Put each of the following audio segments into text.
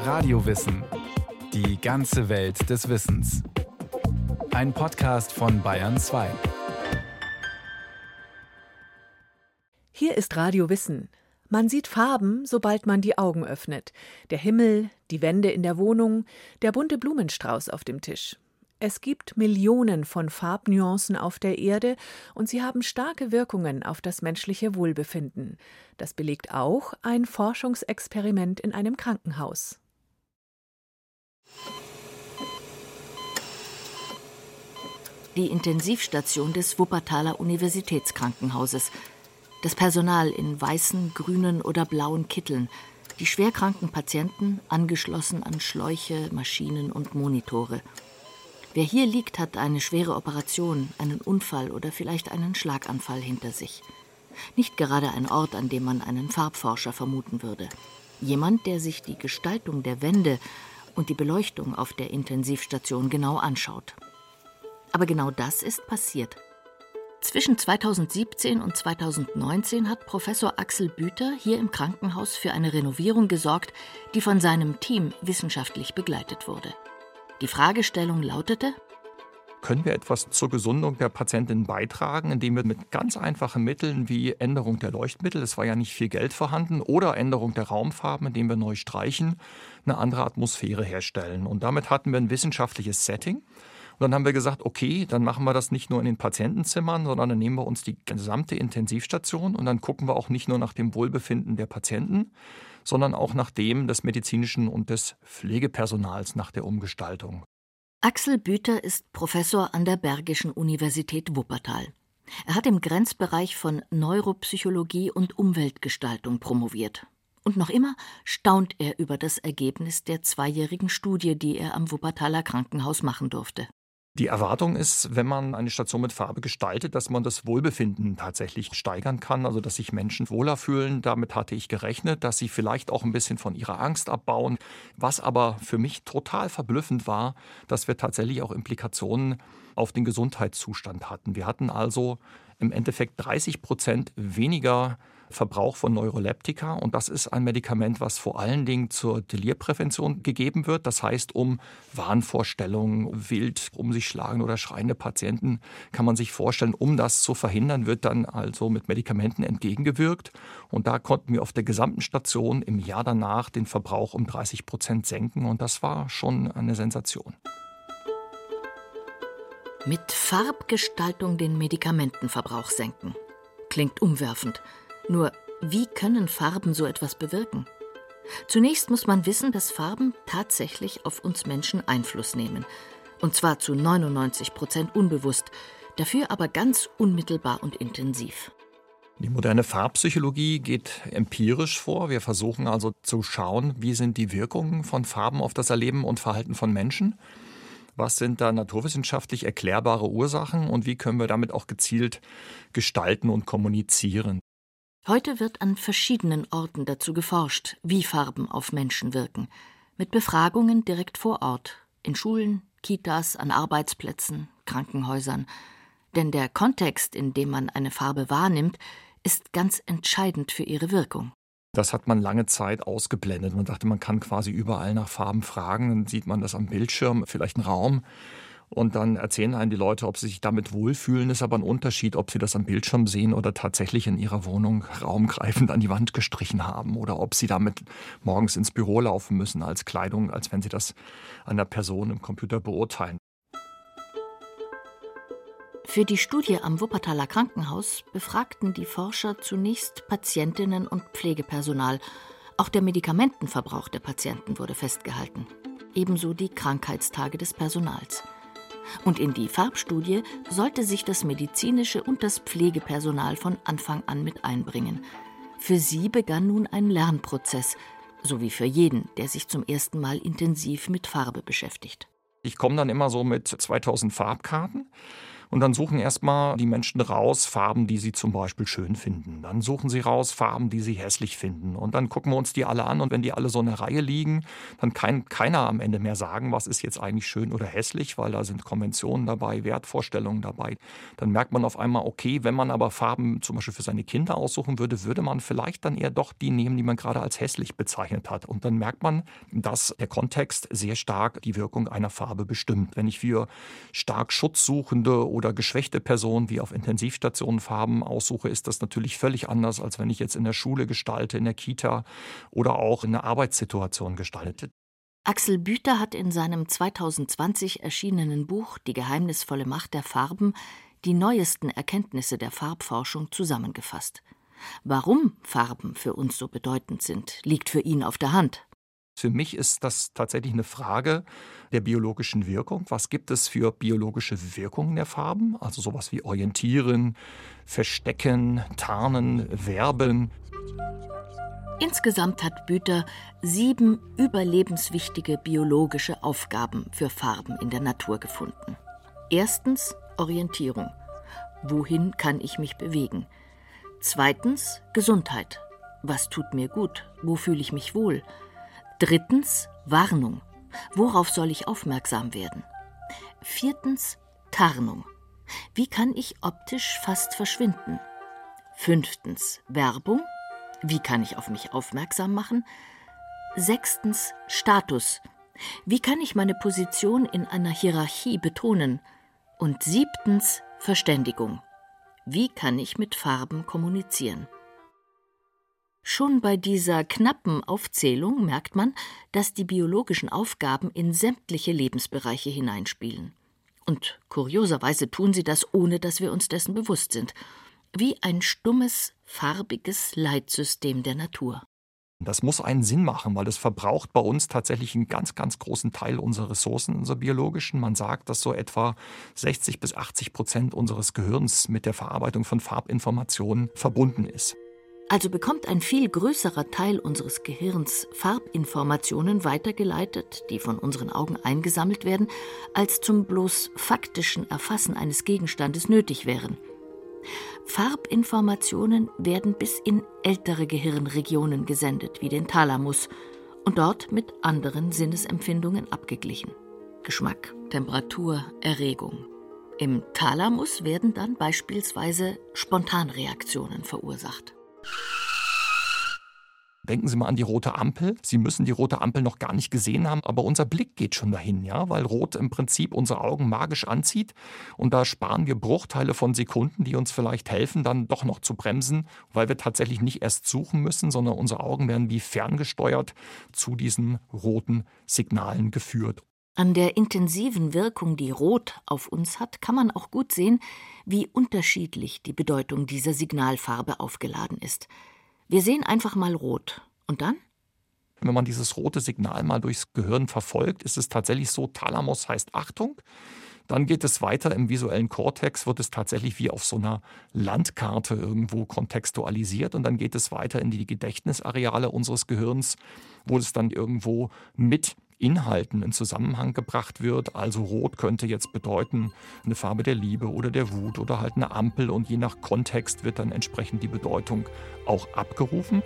Radiowissen. Die ganze Welt des Wissens. Ein Podcast von Bayern 2. Hier ist Radio Wissen. Man sieht Farben, sobald man die Augen öffnet. Der Himmel, die Wände in der Wohnung, der bunte Blumenstrauß auf dem Tisch. Es gibt Millionen von Farbnuancen auf der Erde und sie haben starke Wirkungen auf das menschliche Wohlbefinden. Das belegt auch ein Forschungsexperiment in einem Krankenhaus. Die Intensivstation des Wuppertaler Universitätskrankenhauses. Das Personal in weißen, grünen oder blauen Kitteln. Die schwerkranken Patienten angeschlossen an Schläuche, Maschinen und Monitore. Wer hier liegt, hat eine schwere Operation, einen Unfall oder vielleicht einen Schlaganfall hinter sich. Nicht gerade ein Ort, an dem man einen Farbforscher vermuten würde. Jemand, der sich die Gestaltung der Wände und die Beleuchtung auf der Intensivstation genau anschaut. Aber genau das ist passiert. Zwischen 2017 und 2019 hat Professor Axel Büter hier im Krankenhaus für eine Renovierung gesorgt, die von seinem Team wissenschaftlich begleitet wurde. Die Fragestellung lautete: Können wir etwas zur Gesundung der Patientin beitragen, indem wir mit ganz einfachen Mitteln wie Änderung der Leuchtmittel, es war ja nicht viel Geld vorhanden, oder Änderung der Raumfarben, indem wir neu streichen, eine andere Atmosphäre herstellen. Und damit hatten wir ein wissenschaftliches Setting. Und dann haben wir gesagt, okay, dann machen wir das nicht nur in den Patientenzimmern, sondern dann nehmen wir uns die gesamte Intensivstation und dann gucken wir auch nicht nur nach dem Wohlbefinden der Patienten, sondern auch nach dem des medizinischen und des Pflegepersonals nach der Umgestaltung. Axel Büter ist Professor an der Bergischen Universität Wuppertal. Er hat im Grenzbereich von Neuropsychologie und Umweltgestaltung promoviert. Und noch immer staunt er über das Ergebnis der 2-jährigen Studie, die er am Wuppertaler Krankenhaus machen durfte. Die Erwartung ist, wenn man eine Station mit Farbe gestaltet, dass man das Wohlbefinden tatsächlich steigern kann, also dass sich Menschen wohler fühlen. Damit hatte ich gerechnet, dass sie vielleicht auch ein bisschen von ihrer Angst abbauen. Was aber für mich total verblüffend war, dass wir tatsächlich auch Implikationen auf den Gesundheitszustand hatten. Wir hatten also im Endeffekt 30% weniger Verbrauch von Neuroleptika. Und das ist ein Medikament, was vor allen Dingen zur Delirprävention gegeben wird. Das heißt, um Wahnvorstellungen, wild um sich schlagende oder schreiende Patienten, kann man sich vorstellen, um das zu verhindern, wird dann also mit Medikamenten entgegengewirkt. Und da konnten wir auf der gesamten Station im Jahr danach den Verbrauch um 30% senken. Und das war schon eine Sensation. Mit Farbgestaltung den Medikamentenverbrauch senken. Klingt umwerfend. Nur, wie können Farben so etwas bewirken? Zunächst muss man wissen, dass Farben tatsächlich auf uns Menschen Einfluss nehmen. Und zwar zu 99% unbewusst, dafür aber ganz unmittelbar und intensiv. Die moderne Farbpsychologie geht empirisch vor. Wir versuchen also zu schauen, wie sind die Wirkungen von Farben auf das Erleben und Verhalten von Menschen. Was sind da naturwissenschaftlich erklärbare Ursachen und wie können wir damit auch gezielt gestalten und kommunizieren? Heute wird an verschiedenen Orten dazu geforscht, wie Farben auf Menschen wirken. Mit Befragungen direkt vor Ort, in Schulen, Kitas, an Arbeitsplätzen, Krankenhäusern. Denn der Kontext, in dem man eine Farbe wahrnimmt, ist ganz entscheidend für ihre Wirkung. Das hat man lange Zeit ausgeblendet. Man dachte, man kann quasi überall nach Farben fragen. Dann sieht man das am Bildschirm, vielleicht einen Raum. Und dann erzählen einem die Leute, ob sie sich damit wohlfühlen. Ist aber ein Unterschied, ob sie das am Bildschirm sehen oder tatsächlich in ihrer Wohnung raumgreifend an die Wand gestrichen haben. Oder ob sie damit morgens ins Büro laufen müssen als Kleidung, als wenn sie das an der Person im Computer beurteilen. Für die Studie am Wuppertaler Krankenhaus befragten die Forscher zunächst Patientinnen und Pflegepersonal. Auch der Medikamentenverbrauch der Patienten wurde festgehalten. Ebenso die Krankheitstage des Personals. Und in die Farbstudie sollte sich das medizinische und das Pflegepersonal von Anfang an mit einbringen. Für sie begann nun ein Lernprozess, so wie für jeden, der sich zum ersten Mal intensiv mit Farbe beschäftigt. Ich komme dann immer so mit 2000 Farbkarten Und dann suchen erstmal die Menschen raus Farben, die sie zum Beispiel schön finden. Dann suchen sie raus Farben, die sie hässlich finden. Und dann gucken wir uns die alle an. Und wenn die alle so in der Reihe liegen, dann kann keiner am Ende mehr sagen, was ist jetzt eigentlich schön oder hässlich, weil da sind Konventionen dabei, Wertvorstellungen dabei. Dann merkt man auf einmal, okay, wenn man aber Farben zum Beispiel für seine Kinder aussuchen würde, würde man vielleicht dann eher doch die nehmen, die man gerade als hässlich bezeichnet hat. Und dann merkt man, dass der Kontext sehr stark die Wirkung einer Farbe bestimmt. Wenn ich für stark schutzsuchende oder geschwächte Personen wie auf Intensivstationen Farben aussuche, ist das natürlich völlig anders, als wenn ich jetzt in der Schule gestalte, in der Kita oder auch in der Arbeitssituation gestalte. Axel Büter hat in seinem 2020 erschienenen Buch »Die geheimnisvolle Macht der Farben« die neuesten Erkenntnisse der Farbforschung zusammengefasst. Warum Farben für uns so bedeutend sind, liegt für ihn auf der Hand. Für mich ist das tatsächlich eine Frage der biologischen Wirkung. Was gibt es für biologische Wirkungen der Farben? Also sowas wie orientieren, verstecken, tarnen, werben. Insgesamt hat Büter 7 überlebenswichtige biologische Aufgaben für Farben in der Natur gefunden. Erstens Orientierung. Wohin kann ich mich bewegen? Zweitens Gesundheit. Was tut mir gut? Wo fühle ich mich wohl? Drittens Warnung. Worauf soll ich aufmerksam werden? Viertens Tarnung. Wie kann ich optisch fast verschwinden? Fünftens Werbung. Wie kann ich auf mich aufmerksam machen? Sechstens Status. Wie kann ich meine Position in einer Hierarchie betonen? Und siebtens Verständigung. Wie kann ich mit Farben kommunizieren? Schon bei dieser knappen Aufzählung merkt man, dass die biologischen Aufgaben in sämtliche Lebensbereiche hineinspielen. Und kurioserweise tun sie das, ohne dass wir uns dessen bewusst sind. Wie ein stummes, farbiges Leitsystem der Natur. Das muss einen Sinn machen, weil das verbraucht bei uns tatsächlich einen ganz, ganz großen Teil unserer Ressourcen, unserer biologischen. Man sagt, dass so etwa 60-80% unseres Gehirns mit der Verarbeitung von Farbinformationen verbunden ist. Also bekommt ein viel größerer Teil unseres Gehirns Farbinformationen weitergeleitet, die von unseren Augen eingesammelt werden, als zum bloß faktischen Erfassen eines Gegenstandes nötig wären. Farbinformationen werden bis in ältere Gehirnregionen gesendet, wie den Thalamus, und dort mit anderen Sinnesempfindungen abgeglichen. Geschmack, Temperatur, Erregung. Im Thalamus werden dann beispielsweise Spontanreaktionen verursacht. Denken Sie mal an die rote Ampel. Sie müssen die rote Ampel noch gar nicht gesehen haben, aber unser Blick geht schon dahin, ja, weil Rot im Prinzip unsere Augen magisch anzieht. Und da sparen wir Bruchteile von Sekunden, die uns vielleicht helfen, dann doch noch zu bremsen, weil wir tatsächlich nicht erst suchen müssen, sondern unsere Augen werden wie ferngesteuert zu diesen roten Signalen geführt. An der intensiven Wirkung, die Rot auf uns hat, kann man auch gut sehen, wie unterschiedlich die Bedeutung dieser Signalfarbe aufgeladen ist. Wir sehen einfach mal rot. Und dann? Wenn man dieses rote Signal mal durchs Gehirn verfolgt, ist es tatsächlich so, Thalamus heißt Achtung. Dann geht es weiter im visuellen Kortex, wird es tatsächlich wie auf so einer Landkarte irgendwo kontextualisiert. Und dann geht es weiter in die Gedächtnisareale unseres Gehirns, wo es dann irgendwo mit Inhalten in Zusammenhang gebracht wird. Also Rot könnte jetzt bedeuten eine Farbe der Liebe oder der Wut oder halt eine Ampel. Und je nach Kontext wird dann entsprechend die Bedeutung auch abgerufen.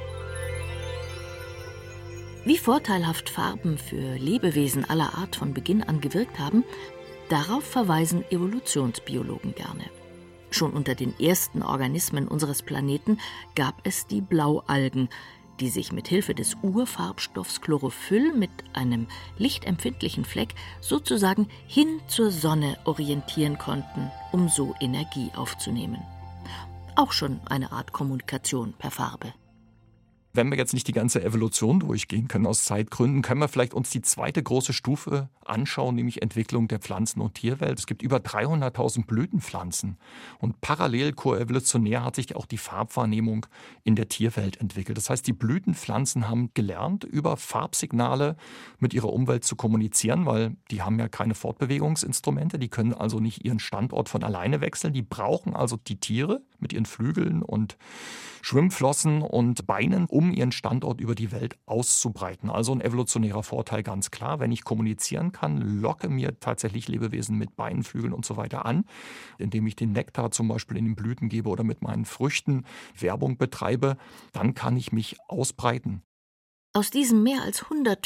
Wie vorteilhaft Farben für Lebewesen aller Art von Beginn an gewirkt haben, darauf verweisen Evolutionsbiologen gerne. Schon unter den ersten Organismen unseres Planeten gab es die Blaualgen, die sich mit Hilfe des Urfarbstoffs Chlorophyll mit einem lichtempfindlichen Fleck sozusagen hin zur Sonne orientieren konnten, um so Energie aufzunehmen. Auch schon eine Art Kommunikation per Farbe. Wenn wir jetzt nicht die ganze Evolution durchgehen können aus Zeitgründen, können wir vielleicht uns die zweite große Stufe anschauen, nämlich Entwicklung der Pflanzen- und Tierwelt. Es gibt über 300.000 Blütenpflanzen und parallel koevolutionär hat sich auch die Farbwahrnehmung in der Tierwelt entwickelt. Das heißt, die Blütenpflanzen haben gelernt, über Farbsignale mit ihrer Umwelt zu kommunizieren, weil die haben ja keine Fortbewegungsinstrumente, die können also nicht ihren Standort von alleine wechseln. Die brauchen also die Tiere mit ihren Flügeln und Schwimmflossen und Beinen, um um ihren Standort über die Welt auszubreiten. Also ein evolutionärer Vorteil, ganz klar. Wenn ich kommunizieren kann, locke mir tatsächlich Lebewesen mit Beinen, Flügeln und so weiter an, indem ich den Nektar zum Beispiel in den Blüten gebe oder mit meinen Früchten Werbung betreibe, dann kann ich mich ausbreiten. Aus diesem mehr als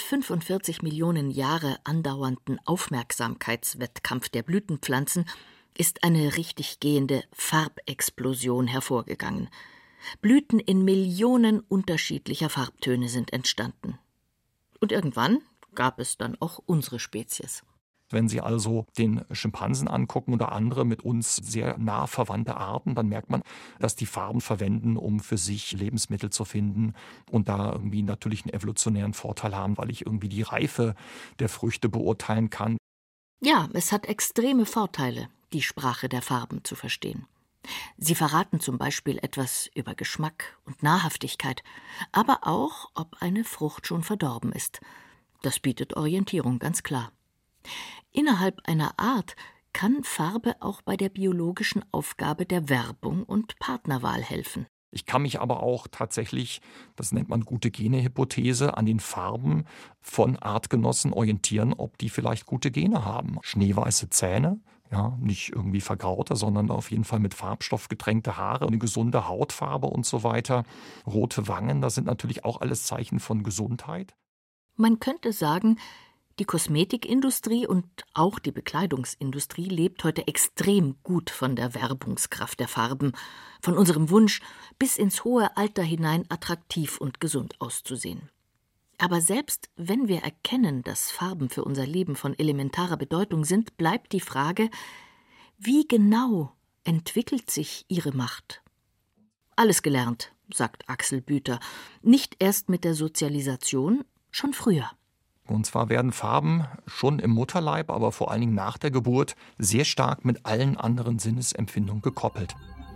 145 Millionen Jahre andauernden Aufmerksamkeitswettkampf der Blütenpflanzen ist eine richtig gehende Farbexplosion hervorgegangen. Blüten in Millionen unterschiedlicher Farbtöne sind entstanden. Und irgendwann gab es dann auch unsere Spezies. Wenn Sie also den Schimpansen angucken oder andere mit uns sehr nah verwandte Arten, dann merkt man, dass die Farben verwenden, um für sich Lebensmittel zu finden und da irgendwie natürlich einen evolutionären Vorteil haben, weil ich irgendwie die Reife der Früchte beurteilen kann. Ja, es hat extreme Vorteile, die Sprache der Farben zu verstehen. Sie verraten zum Beispiel etwas über Geschmack und Nahrhaftigkeit, aber auch, ob eine Frucht schon verdorben ist. Das bietet Orientierung, ganz klar. Innerhalb einer Art kann Farbe auch bei der biologischen Aufgabe der Werbung und Partnerwahl helfen. Ich kann mich aber auch tatsächlich, das nennt man gute Gene-Hypothese, an den Farben von Artgenossen orientieren, ob die vielleicht gute Gene haben. Schneeweiße Zähne, ja, nicht irgendwie vergraute, sondern auf jeden Fall mit Farbstoff getränkte Haare, eine gesunde Hautfarbe und so weiter. Rote Wangen, das sind natürlich auch alles Zeichen von Gesundheit. Man könnte sagen, die Kosmetikindustrie und auch die Bekleidungsindustrie lebt heute extrem gut von der Werbungskraft der Farben, von unserem Wunsch, bis ins hohe Alter hinein attraktiv und gesund auszusehen. Aber selbst wenn wir erkennen, dass Farben für unser Leben von elementarer Bedeutung sind, bleibt die Frage, wie genau entwickelt sich ihre Macht? Alles gelernt, sagt Axel Büter, nicht erst mit der Sozialisation, schon früher. Und zwar werden Farben schon im Mutterleib, aber vor allen Dingen nach der Geburt sehr stark mit allen anderen Sinnesempfindungen gekoppelt.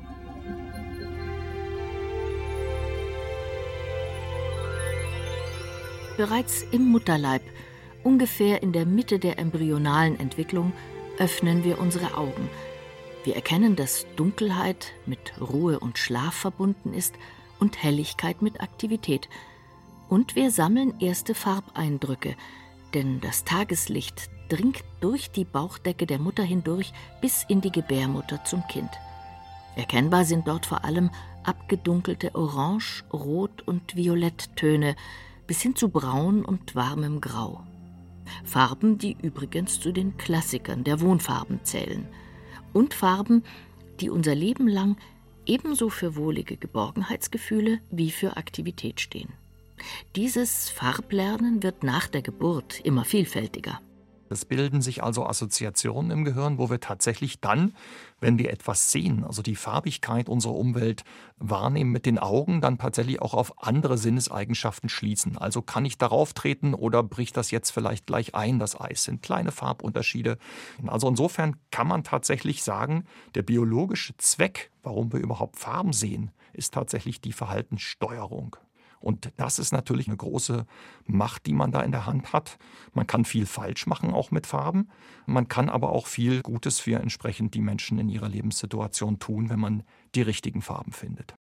Bereits im Mutterleib, ungefähr in der Mitte der embryonalen Entwicklung, öffnen wir unsere Augen. Wir erkennen, dass Dunkelheit mit Ruhe und Schlaf verbunden ist und Helligkeit mit Aktivität. Und wir sammeln erste Farbeindrücke, denn das Tageslicht dringt durch die Bauchdecke der Mutter hindurch bis in die Gebärmutter zum Kind. Erkennbar sind dort vor allem abgedunkelte Orange-, Rot- und Violetttöne bis hin zu Braun und warmem Grau. Farben, die übrigens zu den Klassikern der Wohnfarben zählen. Und Farben, die unser Leben lang ebenso für wohlige Geborgenheitsgefühle wie für Aktivität stehen. Dieses Farblernen wird nach der Geburt immer vielfältiger. Es bilden sich also Assoziationen im Gehirn, wo wir tatsächlich dann, wenn wir etwas sehen, also die Farbigkeit unserer Umwelt wahrnehmen mit den Augen, dann tatsächlich auch auf andere Sinneseigenschaften schließen. Also kann ich darauf treten oder bricht das jetzt vielleicht gleich ein, das Eis? Sind kleine Farbunterschiede. Also insofern kann man tatsächlich sagen, der biologische Zweck, warum wir überhaupt Farben sehen, ist tatsächlich die Verhaltenssteuerung. Und das ist natürlich eine große Macht, die man da in der Hand hat. Man kann viel falsch machen, auch mit Farben. Man kann aber auch viel Gutes für entsprechend die Menschen in ihrer Lebenssituation tun, wenn man die richtigen Farben findet.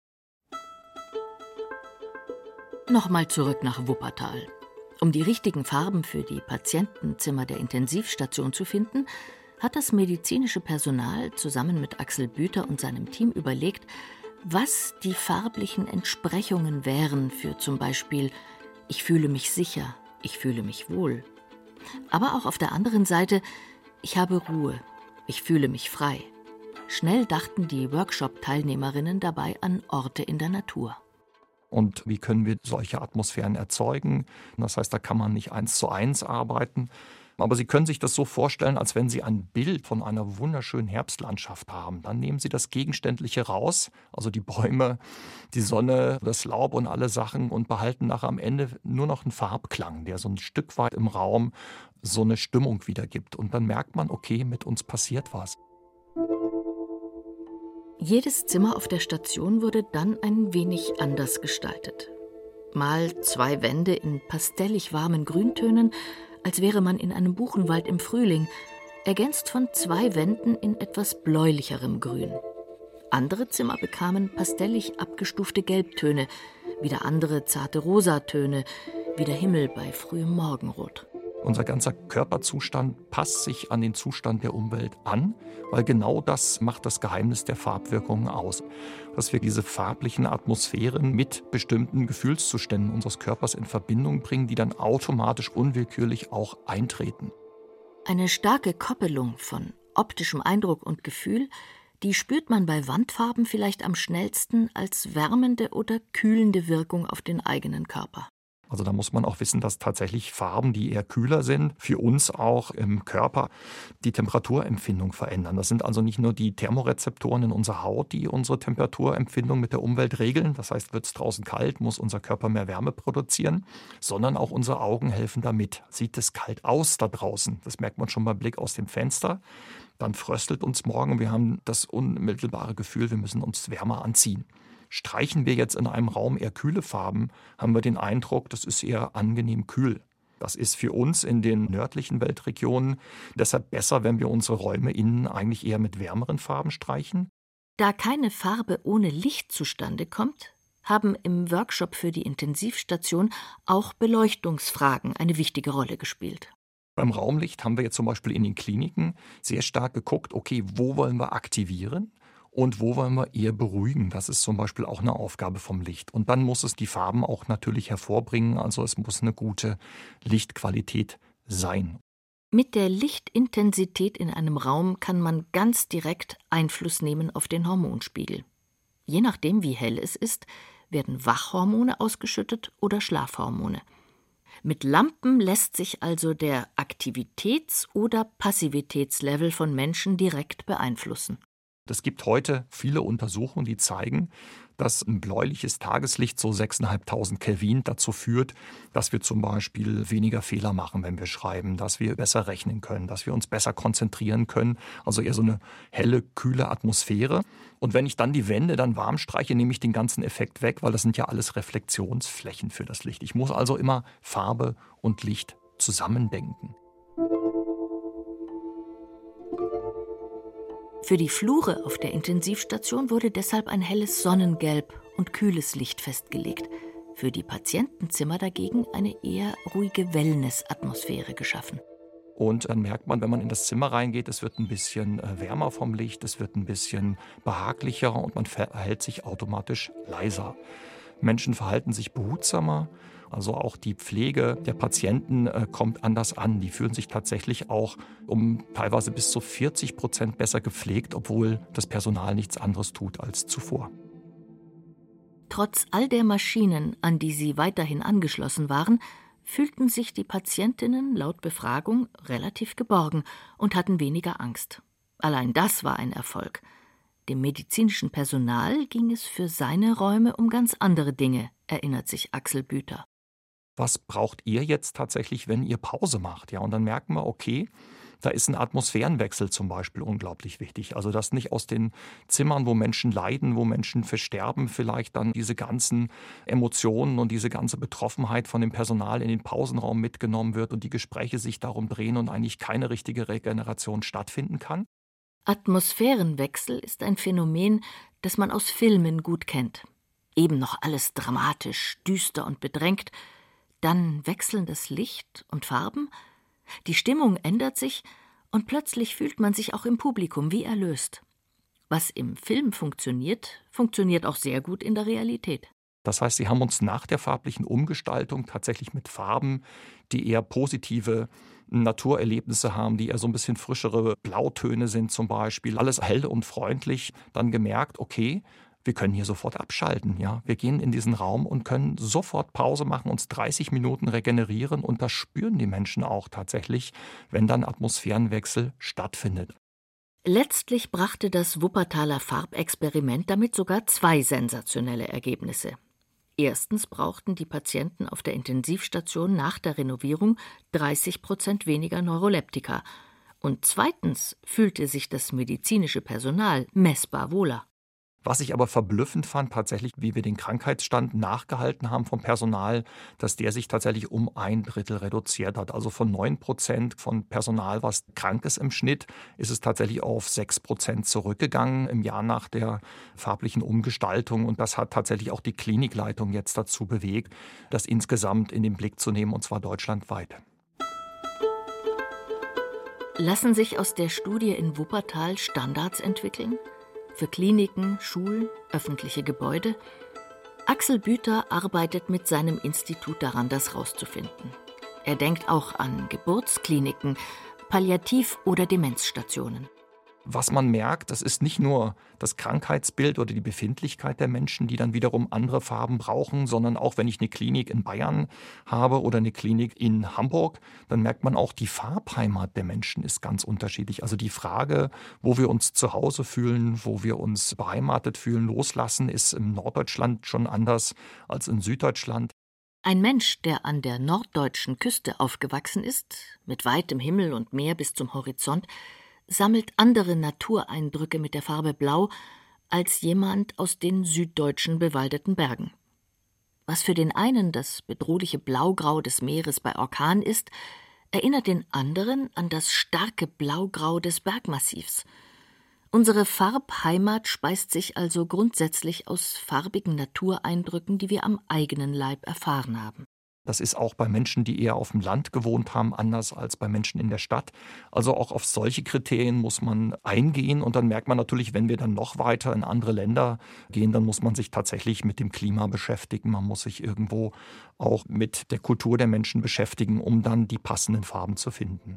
Nochmal zurück nach Wuppertal. Um die richtigen Farben für die Patientenzimmer der Intensivstation zu finden, hat das medizinische Personal zusammen mit Axel Büter und seinem Team überlegt, was die farblichen Entsprechungen wären für zum Beispiel ich fühle mich sicher, ich fühle mich wohl. Aber auch auf der anderen Seite, ich habe Ruhe, ich fühle mich frei. Schnell dachten die Workshop-Teilnehmerinnen dabei an Orte in der Natur. Und wie können wir solche Atmosphären erzeugen? Das heißt, da kann man nicht 1:1 arbeiten. Aber Sie können sich das so vorstellen, als wenn Sie ein Bild von einer wunderschönen Herbstlandschaft haben. Dann nehmen Sie das Gegenständliche raus, also die Bäume, die Sonne, das Laub und alle Sachen und behalten nachher am Ende nur noch einen Farbklang, der so ein Stück weit im Raum so eine Stimmung wiedergibt. Und dann merkt man, okay, mit uns passiert was. Jedes Zimmer auf der Station wurde dann ein wenig anders gestaltet. Mal 2 Wände in pastellig warmen Grüntönen, als wäre man in einem Buchenwald im Frühling, ergänzt von 2 Wänden in etwas bläulicherem Grün. Andere Zimmer bekamen pastellig abgestufte Gelbtöne, wieder andere zarte Rosatöne, wie der Himmel bei frühem Morgenrot. Unser ganzer Körperzustand passt sich an den Zustand der Umwelt an, weil genau das macht das Geheimnis der Farbwirkungen aus. Dass wir diese farblichen Atmosphären mit bestimmten Gefühlszuständen unseres Körpers in Verbindung bringen, die dann automatisch unwillkürlich auch eintreten. Eine starke Koppelung von optischem Eindruck und Gefühl, die spürt man bei Wandfarben vielleicht am schnellsten als wärmende oder kühlende Wirkung auf den eigenen Körper. Also da muss man auch wissen, dass tatsächlich Farben, die eher kühler sind, für uns auch im Körper die Temperaturempfindung verändern. Das sind also nicht nur die Thermorezeptoren in unserer Haut, die unsere Temperaturempfindung mit der Umwelt regeln. Das heißt, wird es draußen kalt, muss unser Körper mehr Wärme produzieren, sondern auch unsere Augen helfen damit. Sieht es kalt aus da draußen? Das merkt man schon beim Blick aus dem Fenster. Dann fröstelt uns morgen und wir haben das unmittelbare Gefühl, wir müssen uns wärmer anziehen. Streichen wir jetzt in einem Raum eher kühle Farben, haben wir den Eindruck, das ist eher angenehm kühl. Das ist für uns in den nördlichen Weltregionen deshalb besser, wenn wir unsere Räume innen eigentlich eher mit wärmeren Farben streichen. Da keine Farbe ohne Licht zustande kommt, haben im Workshop für die Intensivstation auch Beleuchtungsfragen eine wichtige Rolle gespielt. Beim Raumlicht haben wir jetzt zum Beispiel in den Kliniken sehr stark geguckt, okay, wo wollen wir aktivieren? Und wo wollen wir eher beruhigen? Das ist zum Beispiel auch eine Aufgabe vom Licht. Und dann muss es die Farben auch natürlich hervorbringen. Also es muss eine gute Lichtqualität sein. Mit der Lichtintensität in einem Raum kann man ganz direkt Einfluss nehmen auf den Hormonspiegel. Je nachdem, wie hell es ist, werden Wachhormone ausgeschüttet oder Schlafhormone. Mit Lampen lässt sich also der Aktivitäts- oder Passivitätslevel von Menschen direkt beeinflussen. Es gibt heute viele Untersuchungen, die zeigen, dass ein bläuliches Tageslicht, so 6.500 Kelvin, dazu führt, dass wir zum Beispiel weniger Fehler machen, wenn wir schreiben, dass wir besser rechnen können, dass wir uns besser konzentrieren können. Also eher so eine helle, kühle Atmosphäre. Und wenn ich dann die Wände dann warm streiche, nehme ich den ganzen Effekt weg, weil das sind ja alles Reflexionsflächen für das Licht. Ich muss also immer Farbe und Licht zusammendenken. Für die Flure auf der Intensivstation wurde deshalb ein helles Sonnengelb und kühles Licht festgelegt. Für die Patientenzimmer dagegen eine eher ruhige Wellness-Atmosphäre geschaffen. Und dann merkt man, wenn man in das Zimmer reingeht, es wird ein bisschen wärmer vom Licht, es wird ein bisschen behaglicher und man verhält sich automatisch leiser. Menschen verhalten sich behutsamer. Also auch die Pflege der Patienten kommt anders an. Die fühlen sich tatsächlich auch teilweise bis zu 40% besser gepflegt, obwohl das Personal nichts anderes tut als zuvor. Trotz all der Maschinen, an die sie weiterhin angeschlossen waren, fühlten sich die Patientinnen laut Befragung relativ geborgen und hatten weniger Angst. Allein das war ein Erfolg. Dem medizinischen Personal ging es für seine Räume um ganz andere Dinge, erinnert sich Axel Büter. Was braucht ihr jetzt tatsächlich, wenn ihr Pause macht? Ja, und dann merken wir, okay, da ist ein Atmosphärenwechsel zum Beispiel unglaublich wichtig. Also dass nicht aus den Zimmern, wo Menschen leiden, wo Menschen versterben, vielleicht dann diese ganzen Emotionen und diese ganze Betroffenheit von dem Personal in den Pausenraum mitgenommen wird und die Gespräche sich darum drehen und eigentlich keine richtige Regeneration stattfinden kann. Atmosphärenwechsel ist ein Phänomen, das man aus Filmen gut kennt. Eben noch alles dramatisch, düster und bedrängt, dann wechselndes Licht und Farben, die Stimmung ändert sich und plötzlich fühlt man sich auch im Publikum wie erlöst. Was im Film funktioniert, funktioniert auch sehr gut in der Realität. Das heißt, sie haben uns nach der farblichen Umgestaltung tatsächlich mit Farben, die eher positive Naturerlebnisse haben, die eher so ein bisschen frischere Blautöne sind zum Beispiel, alles hell und freundlich, dann gemerkt, okay, wir können hier sofort abschalten. Ja? Wir gehen in diesen Raum und können sofort Pause machen, uns 30 Minuten regenerieren und das spüren die Menschen auch tatsächlich, wenn dann Atmosphärenwechsel stattfindet. Letztlich brachte das Wuppertaler Farbexperiment damit sogar 2 sensationelle Ergebnisse. Erstens brauchten die Patienten auf der Intensivstation nach der Renovierung 30% weniger Neuroleptika. Und zweitens fühlte sich das medizinische Personal messbar wohler. Was ich aber verblüffend fand, tatsächlich, wie wir den Krankheitsstand nachgehalten haben vom Personal, dass der sich tatsächlich um 1/3 reduziert hat. Also von 9% von Personal, was krank ist im Schnitt, ist es tatsächlich auf 6% zurückgegangen im Jahr nach der farblichen Umgestaltung. Und das hat tatsächlich auch die Klinikleitung jetzt dazu bewegt, das insgesamt in den Blick zu nehmen, und zwar deutschlandweit. Lassen sich aus der Studie in Wuppertal Standards entwickeln? Für Kliniken, Schulen, öffentliche Gebäude? Axel Büter arbeitet mit seinem Institut daran, das rauszufinden. Er denkt auch an Geburtskliniken, Palliativ- oder Demenzstationen. Was man merkt, das ist nicht nur das Krankheitsbild oder die Befindlichkeit der Menschen, die dann wiederum andere Farben brauchen, sondern auch wenn ich eine Klinik in Bayern habe oder eine Klinik in Hamburg, dann merkt man auch, die Farbheimat der Menschen ist ganz unterschiedlich. Also die Frage, wo wir uns zu Hause fühlen, wo wir uns beheimatet fühlen, loslassen, ist im Norddeutschland schon anders als in Süddeutschland. Ein Mensch, der an der norddeutschen Küste aufgewachsen ist, mit weitem Himmel und Meer bis zum Horizont, sammelt andere Natureindrücke mit der Farbe Blau als jemand aus den süddeutschen bewaldeten Bergen. Was für den einen das bedrohliche Blaugrau des Meeres bei Orkan ist, erinnert den anderen an das starke Blaugrau des Bergmassivs. Unsere Farbheimat speist sich also grundsätzlich aus farbigen Natureindrücken, die wir am eigenen Leib erfahren haben. Das ist auch bei Menschen, die eher auf dem Land gewohnt haben, anders als bei Menschen in der Stadt. Also auch auf solche Kriterien muss man eingehen. Und dann merkt man natürlich, wenn wir dann noch weiter in andere Länder gehen, dann muss man sich tatsächlich mit dem Klima beschäftigen. Man muss sich irgendwo auch mit der Kultur der Menschen beschäftigen, um dann die passenden Farben zu finden.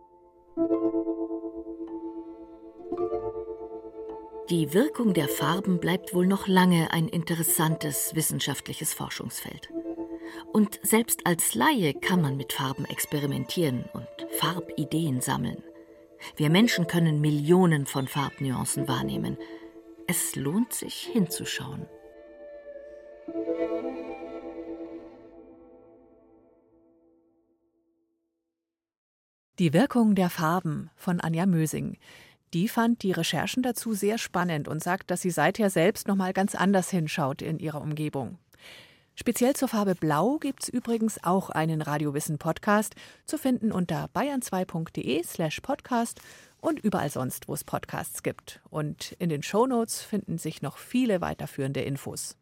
Die Wirkung der Farben bleibt wohl noch lange ein interessantes wissenschaftliches Forschungsfeld. Und selbst als Laie kann man mit Farben experimentieren und Farbideen sammeln. Wir Menschen können Millionen von Farbnuancen wahrnehmen. Es lohnt sich hinzuschauen. Die Wirkung der Farben von Anja Mösing. Die fand die Recherchen dazu sehr spannend und sagt, dass sie seither selbst noch mal ganz anders hinschaut in ihrer Umgebung. Speziell zur Farbe Blau gibt's übrigens auch einen Radiowissen-Podcast, zu finden unter bayern2.de/podcast und überall sonst, wo es Podcasts gibt. Und in den Shownotes finden sich noch viele weiterführende Infos.